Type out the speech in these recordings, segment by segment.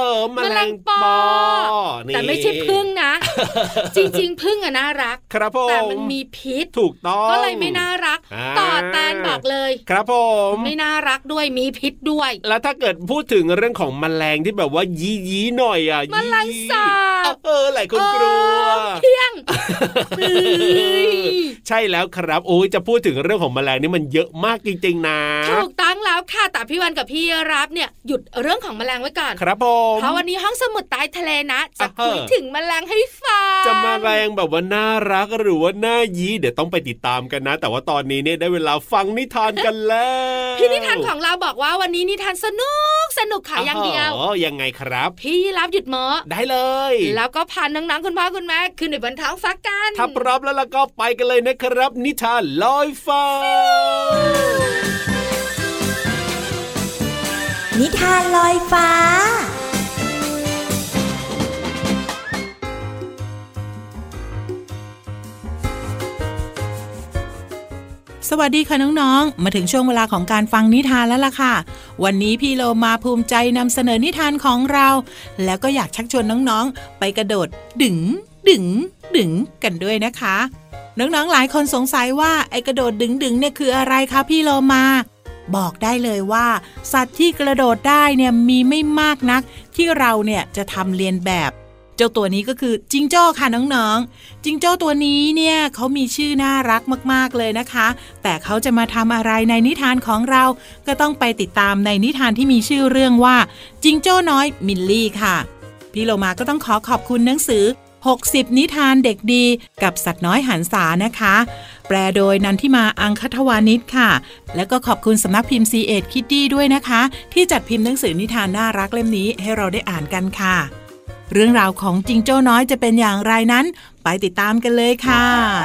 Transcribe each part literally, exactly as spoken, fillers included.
อแมลงปอแต่ไม่ใช่ผึ้งนะ จริงๆผึ้งอะน่ารักครับผมแต่มันมีพิษถูกต้องก็เลยไม่น่ารักต่อแตนบอกเลยครับผมไม่น่ารักด้วยมีพิษด้วยแล้วถ้าเกิดพูดถึงเรื่องของแมลงที่แบบว่ายียีหน่อยอ่ะแมลงสาบเออหลายคนกลัวเพี้ยงใช่แล้วครับโอ้ยจะพูดถึงเรื่องของแมลงนี่มันเยอะมากจริงๆนะถูกต้องแล้วค่ะแต่พี่วันกับพี่รับเนี่ยหยุดเรื่องของแมลงไว้ก่อนครับผมเพราะวันนี้ห้องสมุดใต้ทะเลนะจะคุยถึงแมลงให้ฟังจะแมลงแบบว่าน่ารักหรือว่าน่ายี้เดี๋ยวต้องไปติดตามกันนะแต่ว่าตอนนี้เนี่ยได้เวลาฟังนิทานกันแล้วพี่นิทานของเราบอกว่าวันนี้นิทานสนุกสนุกค่ะอย่างเดียวอ๋อยังไงครับพี่รับหยุดหมอได้เลยแล้วก็พาน้องๆคุณพ่อคุณแม่ขึ้นไปบนท้องฟ้ากันถ้าพร้อมแล้วล่ะก็ไปกันเลยนะครับนิทานลอยฟ้านิทานลอยฟ้าสวัสดีค่ะน้องๆมาถึงช่วงเวลาของการฟังนิทานแล้วล่ะค่ะวันนี้พี่โลมาภูมิใจนำเสนอนิทานของเราแล้วก็อยากชักชวนน้องๆไปกระโดดดึงดึงดึงกันด้วยนะคะน้องๆหลายคนสงสัยว่าไอ้กระโดดดึงดึงเนี่ยคืออะไรคะพี่โลมาบอกได้เลยว่าสัตว์ที่กระโดดได้เนี่ยมีไม่มากนักที่เราเนี่ยจะทำเลียนแบบเจ้าตัวนี้ก็คือจิงโจ้ค่ะน้องๆจิงโจ้ตัวนี้เนี่ยเขามีชื่อน่ารักมากๆเลยนะคะแต่เขาจะมาทำอะไรในนิทานของเราก็ต้องไปติดตามในนิทานที่มีชื่อเรื่องว่าจิงโจ้น้อยมิลลี่ค่ะพี่โลมาก็ต้องขอขอบคุณหนังสือหกสิบนิทานเด็กดีกับสัตว์น้อยหันษานะคะแปลโดยนันทิมาอังคทวานิชค่ะแล้วก็ขอบคุณสำนักพิมพ์ ซี เอ็ด Kiddie ด้วยนะคะที่จัดพิมพ์หนังสือนิทานน่ารักเล่มนี้ให้เราได้อ่านกันค่ะเรื่องราวของจิงโจ้น้อยจะเป็นอย่างไรนั้นไปติดตามกันเลยค่ะ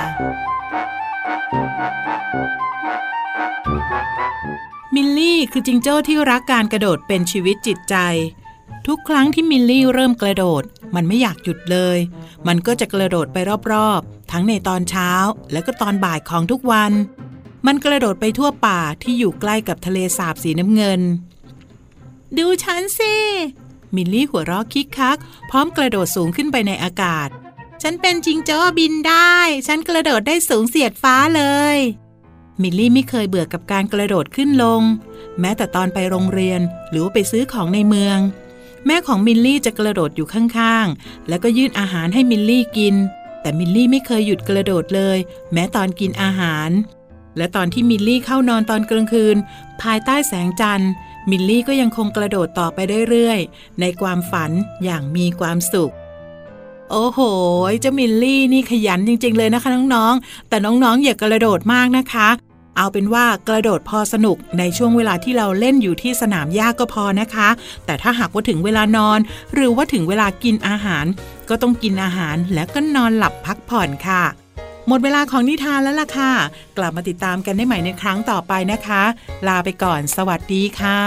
มิลลี่คือจิงโจ้ที่รักการกระโดดเป็นชีวิตจิตใจทุกครั้งที่มิลลี่เริ่มกระโดดมันไม่อยากหยุดเลยมันก็จะกระโดดไปรอบๆทั้งในตอนเช้าและก็ตอนบ่ายของทุกวันมันกระโดดไปทั่วป่าที่อยู่ใกล้กับทะเลสาบสีน้ำเงินดูฉันสิมิลลี่หัวเราะคิกคักพร้อมกระโดดสูงขึ้นไปในอากาศฉันเป็นจิงโจ้บินได้ฉันกระโดดได้สูงเสียดฟ้าเลยมิลลี่ไม่เคยเบื่อกับการกระโดดขึ้นลงแม้แต่ตอนไปโรงเรียนหรือว่าไปซื้อของในเมืองแม่ของมิลลี่จะกระโดดอยู่ข้างๆแล้วก็ยื่นอาหารให้มิลลี่กินแต่มิลลี่ไม่เคยหยุดกระโดดเลยแม้ตอนกินอาหารและตอนที่มิลลี่เข้านอนตอนกลางคืนภายใต้แสงจันทร์มิลลี่ก็ยังคงกระโดดต่อไปเรื่อยๆในความฝันอย่างมีความสุขโอ้โหเจ้ามิลลี่นี่ขยันจริงๆเลยนะคะน้องๆแต่น้องๆอย่ากระโดดมากนะคะเอาเป็นว่ากระโดดพอสนุกในช่วงเวลาที่เราเล่นอยู่ที่สนามหญ้าก็พอนะคะแต่ถ้าหากว่าถึงเวลานอนหรือว่าถึงเวลากินอาหารก็ต้องกินอาหารแล้วก็นอนหลับพักผ่อนค่ะหมดเวลาของนิทานแล้วล่ะค่ะกลับมาติดตามกันได้ใหม่ในครั้งต่อไปนะคะลาไปก่อนสวัสดีค่ะ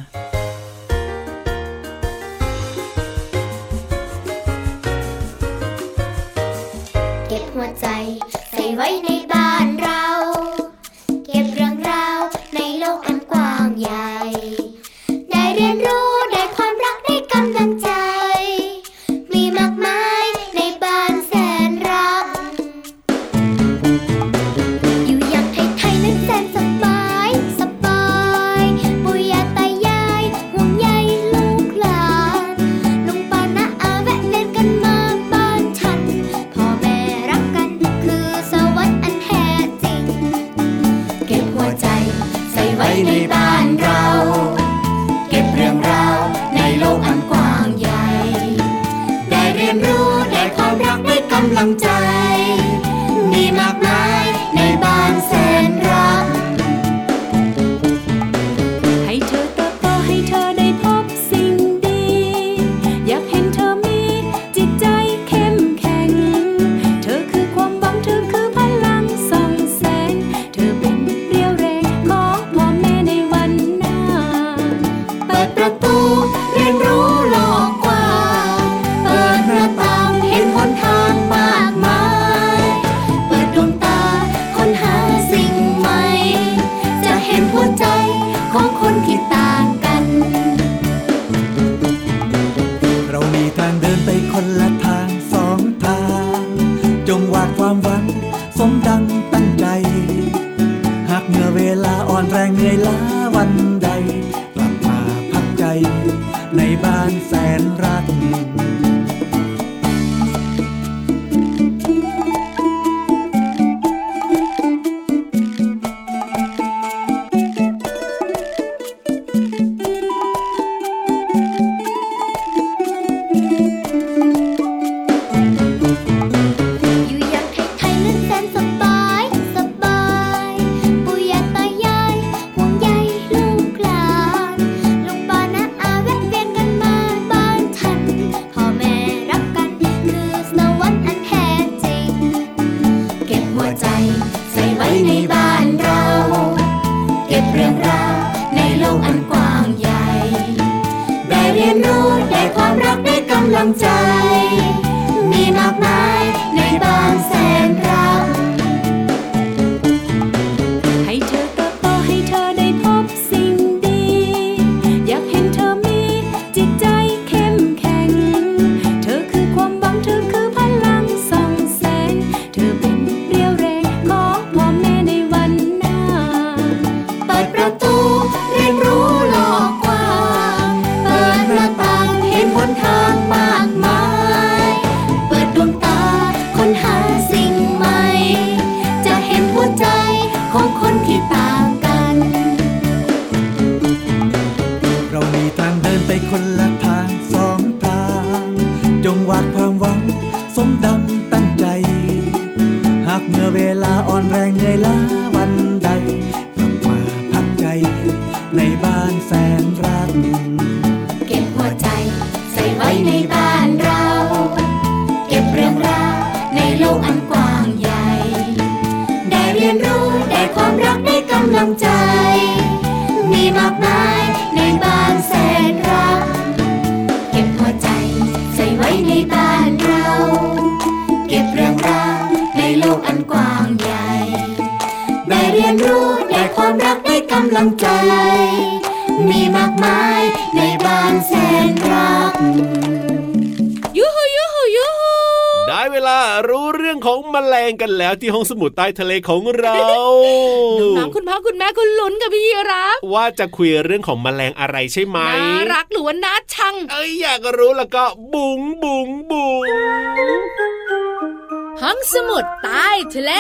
เก็บหัวใจใส่ไว้ในบ้านเราเก็บเรื่องราวในโลกอันกว้างใหญ่ได้เรียนรู้ได้ความรักได้กำลังใจมีมากมายในบ้านแสนรักอยู่อย่างไทยๆนั้นแสนสบายสบายปู่ย่าตายายห่วงใยลูกหลานลุงป้าน้าอาแวะเวียนกันมาบ้านฉันพ่อแม่รักกันคือสวรรค์อันแท้จริงเก็บหัวใจใส่ไว้ในบ้านเราเก็บเรื่องราวในโลกอันกว้างใหญ่ได้เรียนรู้ได้ความรักได้กำลังใจมีมากมายในบ้านแสนรักให้เธอเติบโตให้เธอได้พบสิ่งดีอยากเห็นเธอมีจิตใจเข้มแข็งเธอคือความหวังเธอคือพลังส่องแสงเธอเป็นเรี่ยวแรงของพ่อแม่ในวันหน้าเปิดประตูเรียนรู้โลกกว้างเปิดหน้าต่างเห็นหนทางมากมายเปิดดวงตาอ่อนแรงเหนื่อยล้าวันใดกลับมาพักใจในบ้านแสนรักใจมีมากมายในบ้านแสนรักให้เธอเติบโตให้เธอได้พบสิ่งดีอยากเห็นเธอมีจิตใจเข้มแข็งเธอคือความหวังเธอคือพลังส่องแสงเธอเป็นเรี่ยวแรงของพ่อแม่ในวันหน้าเปิดประตูเรียนรู้โลกกว้างเปิดหน้าต่างเห็นหนทางมากมายเปิดดวงตาค้นหาสิ่งใหม่จะเห็นหัวใจของคนที่ต่างกันเรามีทางเดินไปคนละทางสองทางจงวาดความหวังสมดังตั้งใจหากเมื่อเวลาอ่อนแรงเหนื่อยล้าวันใดกลับมาพักใจในบ้านแสนรักเก็บหัวใจใส่ไว้ในบ้านเราเก็บเรื่องราวในโลกอันกว้างใหญ่ได้เรียนรู้ได้ความรักได้กำลังใจมีมากมายในบ้านแสนรักเก็บหัวใจใส่ไว้ในบ้านเราเก็บเรื่องราวในโลกอันกว้างใหญ่ได้เรียนรู้ได้ความรักได้กำลังใจมีมากมายในบ้านแสนรักยูฮูยูฮูยูฮูได้เวลารู้เรื่องของแมลงกันแล้วที่ห้องสมุดใต้ทะเลของเราน้องๆคุณพ่อคุณแม่คุณลุ้นกับพี่ยีราฟว่าจะคุยเรื่องของแมลงอะไรใช่ไหมน่ารักหรือว่าน่าชังเอ้ยอยากรู้แล้วก็บุ๋งบุ๋งบุ๋งห้องสมุดใต้ทะเล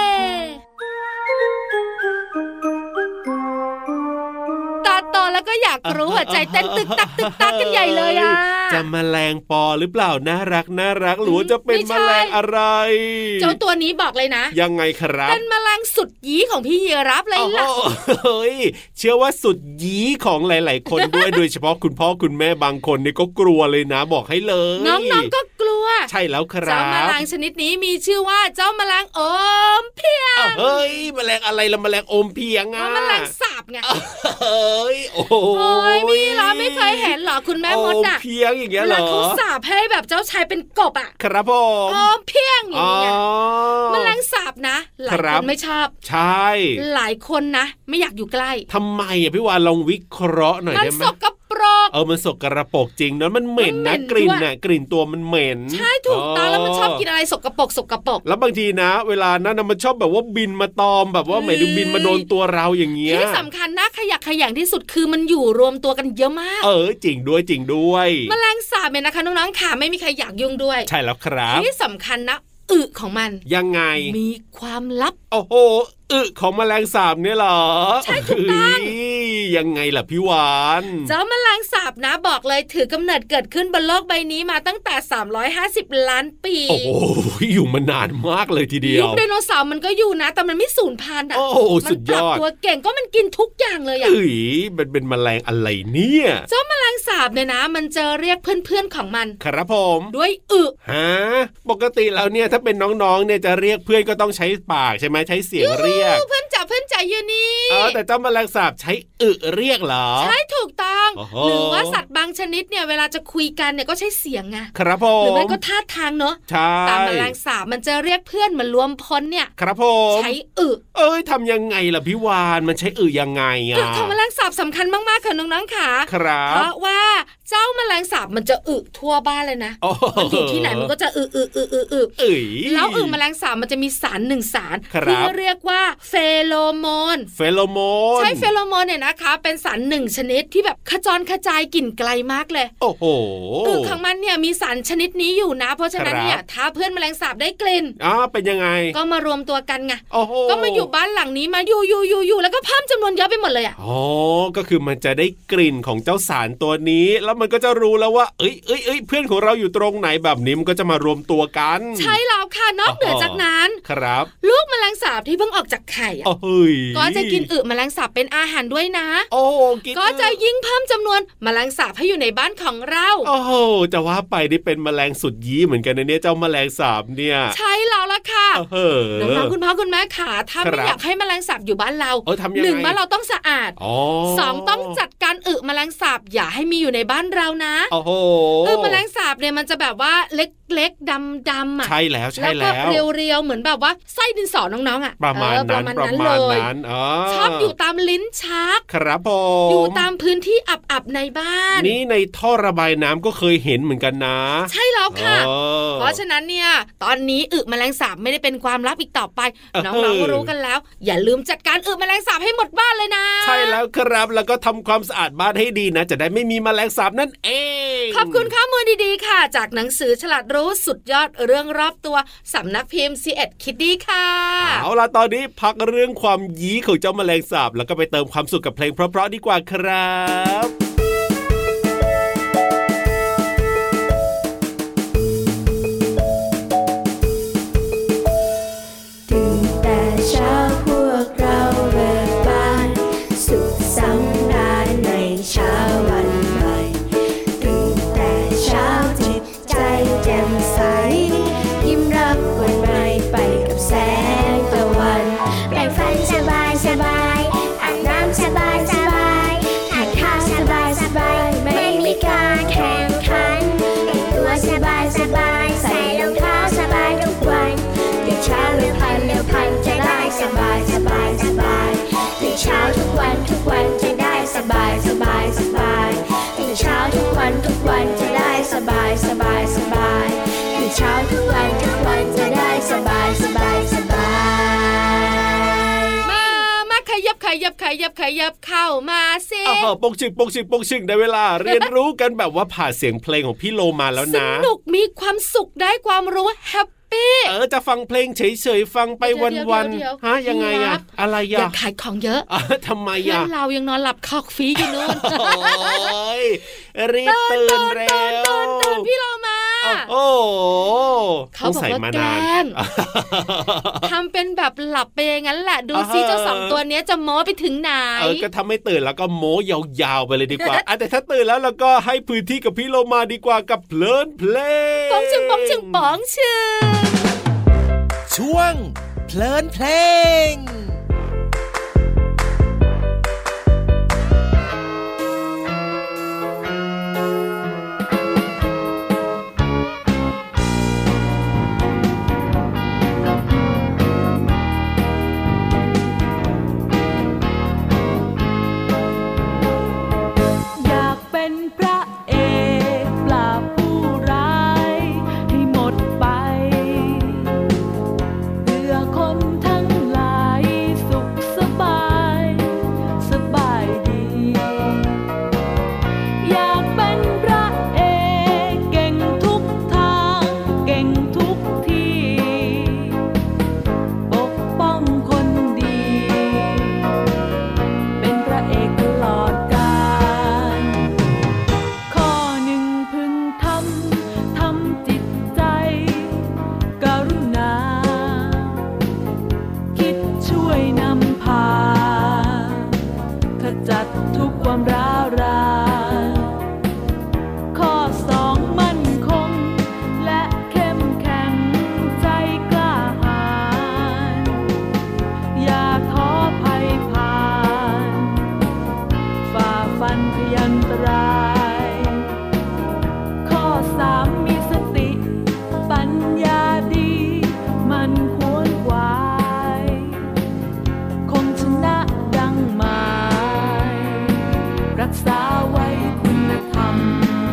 ตอนแล้วก็อยากรู้หัวใจเต้นตึกตักตึกตักกันใหญ่เลยอ่ะจะแมลงปอหรือเปล่าน่ารักน่ารักหรือว่าจะเป็นแมลงอะไรเจ้าตัวนี้บอกเลยนะยังไงครับเป็นแมลงสุดยี้ของพี่ยีรับเลยล่ะเฮ้ยเชื่อว่าสุดยี้ของหลายๆคนด้วยโดยเฉพาะคุณพ่อคุณแม่บางคนนี่ก็กลัวเลยนะบอกให้เลยน้องๆก็กลัวใช่แล้วครับเจ้าแมลงชนิดนี้มีชื่อว่าเจ้าแมลงอมเพียงเฮ้ยแมลงอะไรล่ะแมลงอมเพียงอ่ะแมลงสาบไงเฮ้ยโอ้ยมีเหรอไม่เคยเห็นเหรอคุณแม่มดอ่ะเพียงอย่างเงี้ยเหรอเขาสาบให้แบบเจ้าชายเป็นกบอ่ะครับผมอมเพียงอย่างเงี้ยแมลงสาบนะหลายคนไม่ชอบใช่หลายคนนะไม่อยากอยู่ใกล้ทำไมอ่ะพี่วานลองวิเคราะห์หน่อยได้ไหมมันสกปรกเออมันสกปรกจริงนะมันเหม็นนะกลิ่นน่ะกลิ่นตัวมันเหม็นใช่ถูกต้องแล้วมันชอบกินอะไรสกปรกสกปรกแล้วบางทีนะเวลานั้นมันชอบแบบว่าบินมาตอมแบบว่าหมายถึงบินมาโดนตัวเราอย่างเงี้ยที่สำคัญนะขยักขยงที่สุดคือมันอยู่รวมตัวกันเยอะมากเออจริงด้วยจริงด้วยแมลงสาบเนี่ยนะคะน้องๆค่ะไม่มีใครอยากยุ่งด้วยใช่แล้วครับที่สำคัญนะอึของมันยังไงมีความลับโอ้โหอึของแมลงสาบเนี่ยเหรอใช่ถูกต้องยังไงล่ะพี่วานเจ้าแมลงสาบนะบอกเลยถือกำเนิดเกิดขึ้นบนโลกใบนี้มาตั้งแต่สามร้อยห้าสิบล้านปีโอ้โหอยู่มานานมากเลยทีเดียวยุคไดโนเสาร์มันก็อยู่นะแต่มันไม่สูญพันธุ์อ่ะโอ้สุดยอดมันปรับตัวเก่งก็มันกินทุกอย่างเลยอ่ะเอ้ยมันเป็นแมลงอะไรเนี่ยเจ้าแมลงสาบเนี่ยนะมันจะเรียกเพื่อนๆของมันครับผมด้วยอึฮะปกติแล้วเนี่ยถ้าเป็นน้องๆเนี่ยจะเรียกเพื่อนก็ต้องใช้ปากใช่ไหมใช้เสียงเรียกเพื่อนจ๋าเพื่อนจ๋าอยู่นี่อ๋อแต่เจ้าแมลงสาบใช้อึเรียกเหรอใช่ถูกต้องหรือว่าสัตว์บางชนิดเนี่ยเวลาจะคุยกันเนี่ยก็ใช้เสียงไงครับผมหรือไม่ก็ท่าทางเนาะใช่แต่แมลงสาบมันจะเรียกเพื่อนมารวมพลเนี่ยครับผมใช้อึเอ้ยทำยังไงล่ะพี่วานมันใช้อึยังไงอ่ะอึของแมลงสาบสำคัญมากๆค่ะน้องๆค่ะครับเพราะว่าเจ้าแมลงสาบมันจะอึทั่วบ้านเลยนะมันอยู่ที่ไหนมันก็จะอึอึอึอึอึอึแล้วอึแมลงสาบมันจะมีสารหนึ่งสารที่เรียกว่าเฟโรโมนเฟโรโมนใช่เฟโรโมนเนี่ยนะคะเป็นสารหนึ่งชนิดที่แบบขจรกระจายกลิ่นไกลมากเลยโอ้โหอึของมันเนี่ยมีสารชนิดนี้อยู่นะเพราะฉะนั้นเนี่ยถ้าเพื่อนแมลงสาบได้กลิ่นอ๋อเป็นยังไงก็มารวมตัวกันไงก็มาอยู่บ้านหลังนี้มาอยู่อยู่อยู่อยู่แล้วก็เพิ่มจำนวนเยอะไปหมดเลยอ่ะอ๋อก็คือมันจะได้กลิ่นของเจ้าสารตัวนี้แล้วมันก็จะรู้แล้วว่าเอ้ยเอ้ยเอ้ยเพื่อนของเราอยู่ตรงไหนแบบนี้มันก็จะมารวมตัวกันใช่แล้วค่ะนอกเหนือจากนั้นครับลูกแมลงสาบที่เพิ่งออกจากไข่อ่ะก็จะกินอึแมลงสาบเป็นอาหารด้วยนะโอ้ก็จะยิ่งเพิ่มจำนวนแมลงสาบให้อยู่ในบ้านของเราโอ้โหจะว่าไปนี่เป็นแมลงสุดยี้เหมือนกันนะเนี่ยเจ้าแมลงสาบเนี่ยใช่แล้วล่ะค่ะน้องๆคุณพ่อคุณแม่ขาถ้าไม่อยากให้แมลงสาบอยู่บ้านเราหนึ่งบ้านเราต้องสะอาดสองต้องจัดการอึแมลงสาบอย่าให้มีอยู่ในบ้านเรานะโอ้โหอึแมลงสาบเนี่ยมันจะแบบว่าเล็กๆดำๆอ่ะใช่แล้วใช่แล้วแล้วก็เรียวๆเหมือนแบบว่าไส้ดินสอน้องๆอ่ะประมาณนั้นประมาณนั้นชอบอยู่ตามลิ้นชักครับผมอยู่ตามพื้นที่อับๆในบ้านนี่ในท่อระบายน้ำก็เคยเห็นเหมือนกันนะใช่แล้วค่ะเพราะฉะนั้นเนี่ยตอนนี้อึแมลงสาบไม่ได้เป็นความลับอีกต่อไปน้องๆรู้กันแล้วอย่าลืมจัดการอึแมลงสาบให้หมดบ้านเลยนะใช่แล้วครับแล้วก็ทำความสะอาดบ้านให้ดีนะจะได้ไม่มีแมลงสาบนั่นเองขอบคุณข้อมูลดีๆค่ะจากหนังสือฉลาดรู้สุดยอดเรื่องรอบตัวสำนักพิมพ์ ซี เอ็ด Kiddie ค่ะเอาล่ะตอนนี้พักเรื่องความยี้ของเจ้าแมลงสาบแล้วก็ไปเติมความสุขกับเพลงเพราะๆดีกว่าครับตื่นแต่เช้าพวกเราเบิกบานสุขสำราญในเช้าวันใหม่ตื่นแต่เช้าจิตใจแจ่มใสยิ้มรับวันใหม่ไปกับแสงตะวันแปรงฟันสบายสบายอาบน้ำสบายสบายทานข้าวสบายสบายไม่มีการแข่งขันแต่งตัวสบายสบายใส่รองเท้าสบายทุกวันตื่นเช้าเร็วพันเร็วพันจะได้สบายสบายสบายตื่นเช้าทุกวันทุกวันจะได้สบายสบายสบายตื่นเช้าทุกวันทุกวันจะได้สบายสบายสบายตื่นเช้าทุกวันทุกวันจะได้สบายสบายสบายมามาขยับขยับขยับขยับเข้ามาสิอ๋อปงชิงปงชิงปงชิงได้เวลาเรียนรู้กันแบบว่าผ่านเสียงเพลงของพี่โลมาแล้วนะสนุกมีความสุขได้ความรู้แฮปเออจะฟังเพลงเฉยๆฟังไปวันๆฮะยังไงอะอะไรอะอย่าขายของเยอะทำไมอะเรายังนอนหลับคอกฟรีอยู่นู่นรีบตื่นเร็วตื่นพี่เรามาโอ้เขาบอกว่าแกล้งทำเป็นแบบหลับไปอย่างนั้นแหละดูซิเจ้าสองตัวนี้จะโม้ไปถึงไหนเออก็ทำให้ตื่นแล้วก็โม้ยาวๆไปเลยดีกว่าแต่ถ้าตื่นแล้วเราก็ให้พื้นที่กับพี่โลมาดีกว่ากับเพลินเพลงป๋องชึงป๋องชึงป๋องชึงช่วงเพลินเพลงคนทั้งหลายรักษาไว้คุณธรรม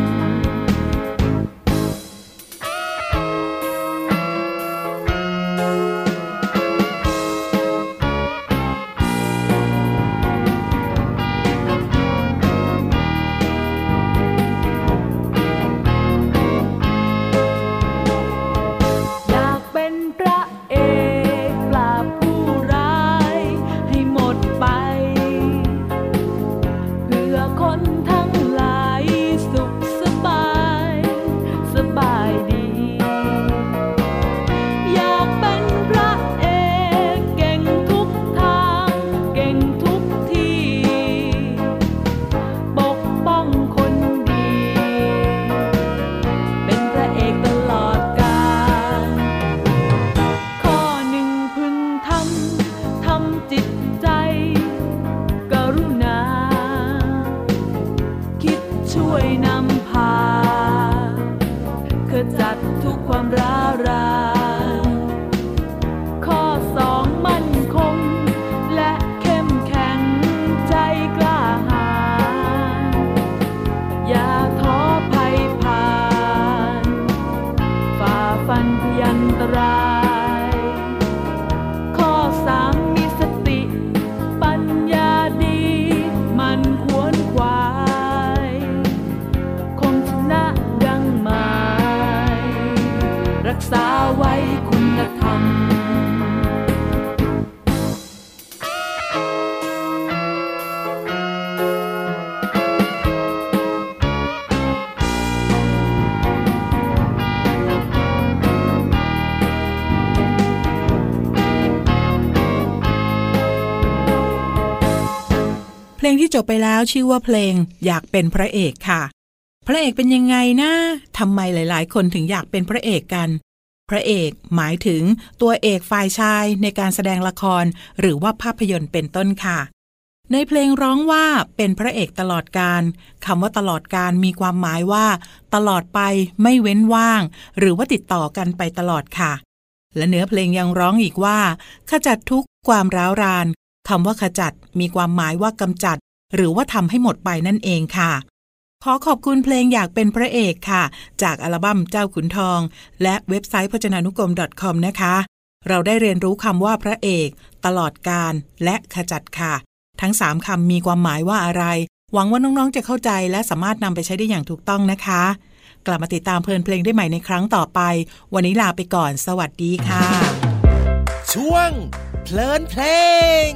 เพลงที่จบไปแล้วชื่อว่าเพลงอยากเป็นพระเอกค่ะพระเอกเป็นยังไงนะทำไมหลายๆคนถึงอยากเป็นพระเอกกันพระเอกหมายถึงตัวเอกฝ่ายชายในการแสดงละครหรือว่าภาพยนตร์เป็นต้นค่ะในเพลงร้องว่าเป็นพระเอกตลอดกาลคำว่าตลอดกาลมีความหมายว่าตลอดไปไม่เว้นว่างหรือว่าติดต่อกันไปตลอดค่ะและเนื้อเพลงยังร้องอีกว่าขจัดทุกความร้าวรานคำว่าขจัดมีความหมายว่ากำจัดหรือว่าทำให้หมดไปนั่นเองค่ะขอขอบคุณเพลงอยากเป็นพระเอกค่ะจากอัลบั้มเจ้าขุนทองและเว็บไซต์พจนานุกรม .com นะคะเราได้เรียนรู้คำว่าพระเอกตลอดกาลและขจัดค่ะทั้งสามคำมีความหมายว่าอะไรหวังว่าน้องๆจะเข้าใจและสามารถนำไปใช้ได้อย่างถูกต้องนะคะกลับมาติดตามเพลินเพลงได้ใหม่ในครั้งต่อไปวันนี้ลาไปก่อนสวัสดีค่ะช่วงเพลินเพลง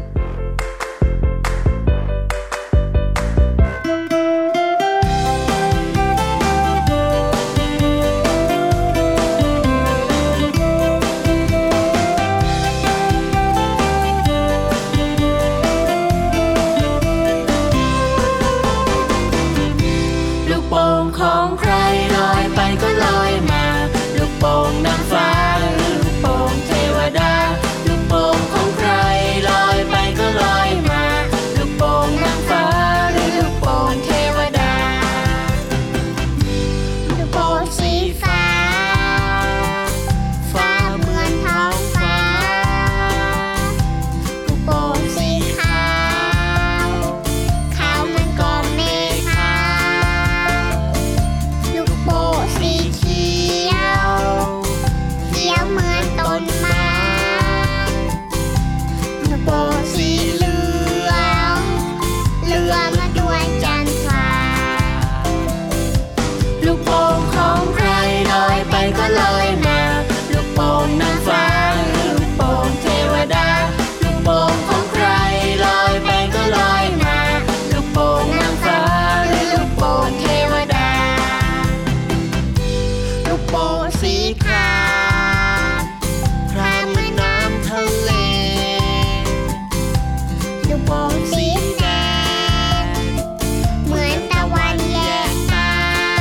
ของใครลอยไปก็ลอยมาลูกโป่งนางฟ้าลูกโป่งเทวดาลูกโป่งของใครลอยไปก็ลอยมาลูกโป่งนางฟ้าหรือลูกโป่งเทวดาลูกโป่งสีฟ้าฟ้าเหมือนท้องฟ้าลูกโป่งสีขาวขาวเหมือนก้อนเมฆสีเขียวเขียวเหมือนต้นไม้ลูกโป่งสีเหลืองเหลืองเหมือนดวงจันทราลูกโป่งของใครลอยไปก็ลอยมาลูกโป่งนางฟ้าลูกโป่งเทวดาลูกโป่งของใครลอยไปก็ลอยมาลูกโป่งนางฟ้าหรือลูกโป่งเทวดาลูกโป่งสีครามครามเหมือนน้ำทะเลลูกโป่งสีแดงเหมือนตะวันแยกตา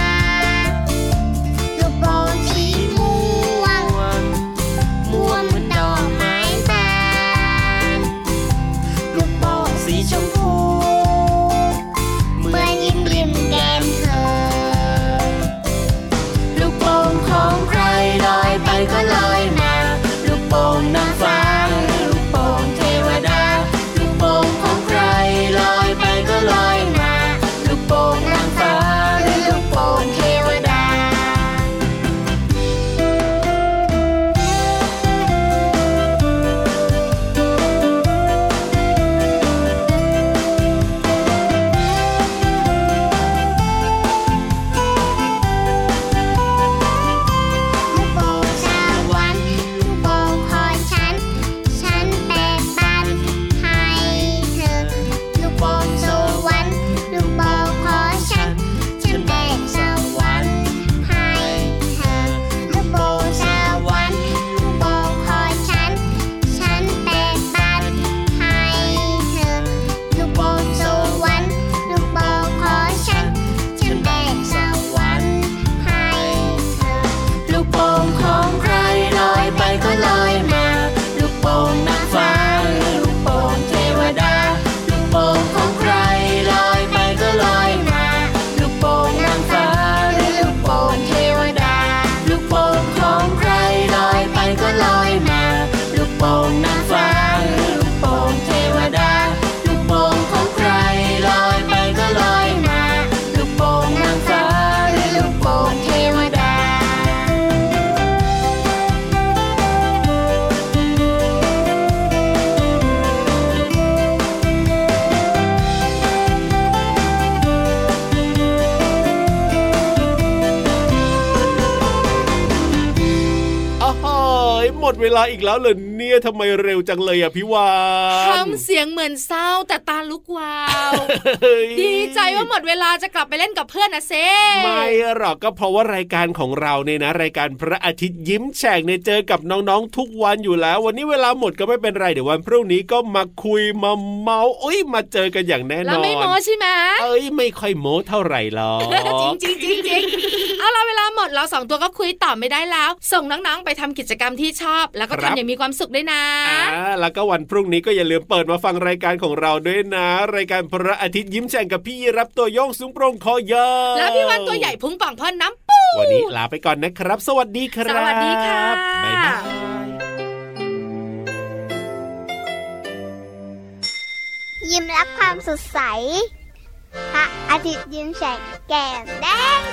ลูกโป่งสีม่วงม่วงเหมือนดอกไม้บานลูกโป่งสีชมพูเหมือนยิ้มริมแก้มเธอลูกโป่งของใครลอยไปก็ลอยมาลูกโป่งนางฟ้าลูกโป่งเทวดาลูกโป่งของใครดเวลาอีกแล้วเหรอเนี่ยทำไมเร็วจังเลยอ่ะพี่วานทำเสียงเหมือนเศร้าแต่ตาลุกวาวดีใจว่าหมดเวลาจะกลับไปเล่นกับเพื่อนนะเซ่ไม่หรอกก็เพราะว่ารายการของเราเนี่ยนะรายการพระอาทิตย์ยิ้มแฉ่งเนี่ยเจอกับน้องๆทุกวันอยู่แล้ววันนี้เวลาหมดก็ไม่เป็นไรเดี๋ยววันพรุ่งนี้ก็มาคุยมาเมาเอ้ยมาเจอกันอย่างแน่นอนแล้วไม่โม้ใช่ไหมเอ้ยไม่ค่อยโม้เท่าไหร่หรอกจริงจริงจริงจริงเอาเราเวลาหมดเราสองตัวก็คุยต่อไม่ได้แล้วส่งน้องๆไปทำกิจกรรมที่ชอบแล้วก็ทำอย่างมีความสุขด้วยนะอ่าแล้วก็วันพรุ่งนี้ก็อย่าลืมเปิดมาฟังรายการของเราด้วยนะรายการพระอาทิตย์ยิ้มแฉ่งกับพี่รับตัวโยงสูงโปร่งคอยาวแล้วพี่วันตัวใหญ่พุงป่องพ่นน้ำปูวันนี้ลาไปก่อนนะครับสวัสดีครับสวัสดีค่ะบ๊ายบายยิ้มรับความสดใสพระอาทิตย์ยิ้มแฉกแก้มแดง